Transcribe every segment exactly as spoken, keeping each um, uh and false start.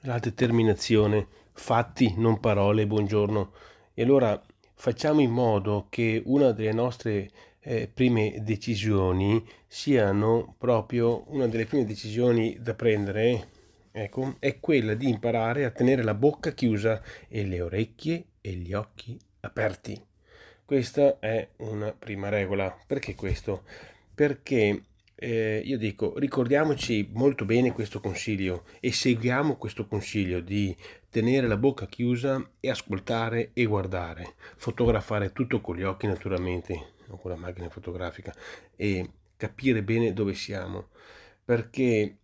la determinazione, fatti, non parole, buongiorno. E allora facciamo in modo che una delle nostre eh, prime decisioni siano proprio una delle prime decisioni da prendere, ecco, è quella di imparare a tenere la bocca chiusa e le orecchie e gli occhi aperti. Questa è una prima regola. Perché questo? Perché eh, io dico, ricordiamoci molto bene questo consiglio e seguiamo questo consiglio di tenere la bocca chiusa e ascoltare e guardare, fotografare tutto con gli occhi naturalmente, o con la macchina fotografica, e capire bene dove siamo, perché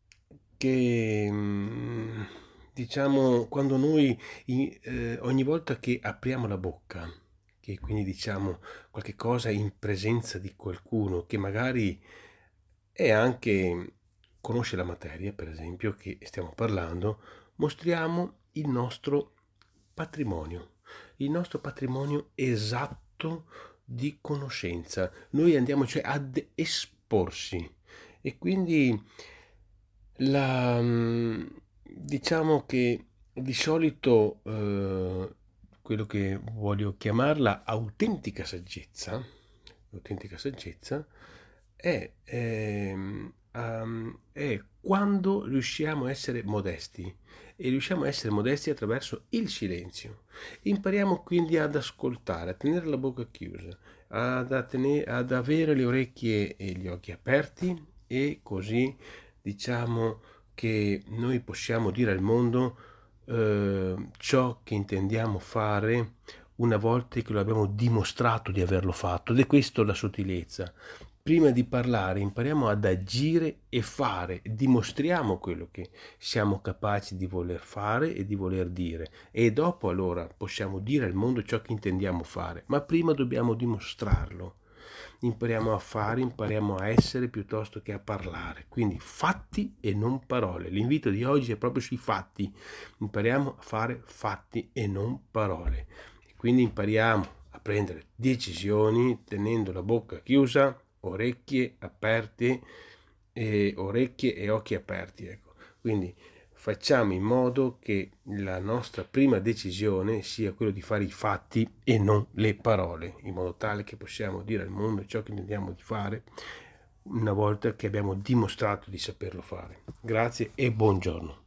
che mm, diciamo quando noi eh, ogni volta che apriamo la bocca, che quindi diciamo qualche cosa in presenza di qualcuno che magari è anche conosce la materia, per esempio, che stiamo parlando, mostriamo il nostro patrimonio, il nostro patrimonio esatto di conoscenza. Noi andiamo cioè ad esporsi e quindi la, mm, diciamo che di solito eh, quello che voglio chiamarla autentica saggezza, autentica saggezza è, ehm, um, è quando riusciamo a essere modesti e riusciamo a essere modesti attraverso il silenzio. Impariamo quindi ad ascoltare, a tenere la bocca chiusa, ad, attene- ad avere le orecchie e gli occhi aperti e così diciamo che noi possiamo dire al mondo eh, ciò che intendiamo fare una volta che lo abbiamo dimostrato di averlo fatto, ed è questa la sottilezza. Prima di parlare impariamo ad agire e fare, dimostriamo quello che siamo capaci di voler fare e di voler dire e dopo allora possiamo dire al mondo ciò che intendiamo fare, ma prima dobbiamo dimostrarlo. Impariamo a fare, impariamo a essere piuttosto che a parlare, quindi fatti e non parole. L'invito di oggi è proprio sui fatti, impariamo a fare fatti e non parole. Quindi impariamo a prendere decisioni tenendo la bocca chiusa, orecchie aperte, e orecchie e occhi aperti. Ecco. Quindi facciamo in modo che la nostra prima decisione sia quella di fare i fatti e non le parole, in modo tale che possiamo dire al mondo ciò che intendiamo di fare una volta che abbiamo dimostrato di saperlo fare. Grazie e buongiorno.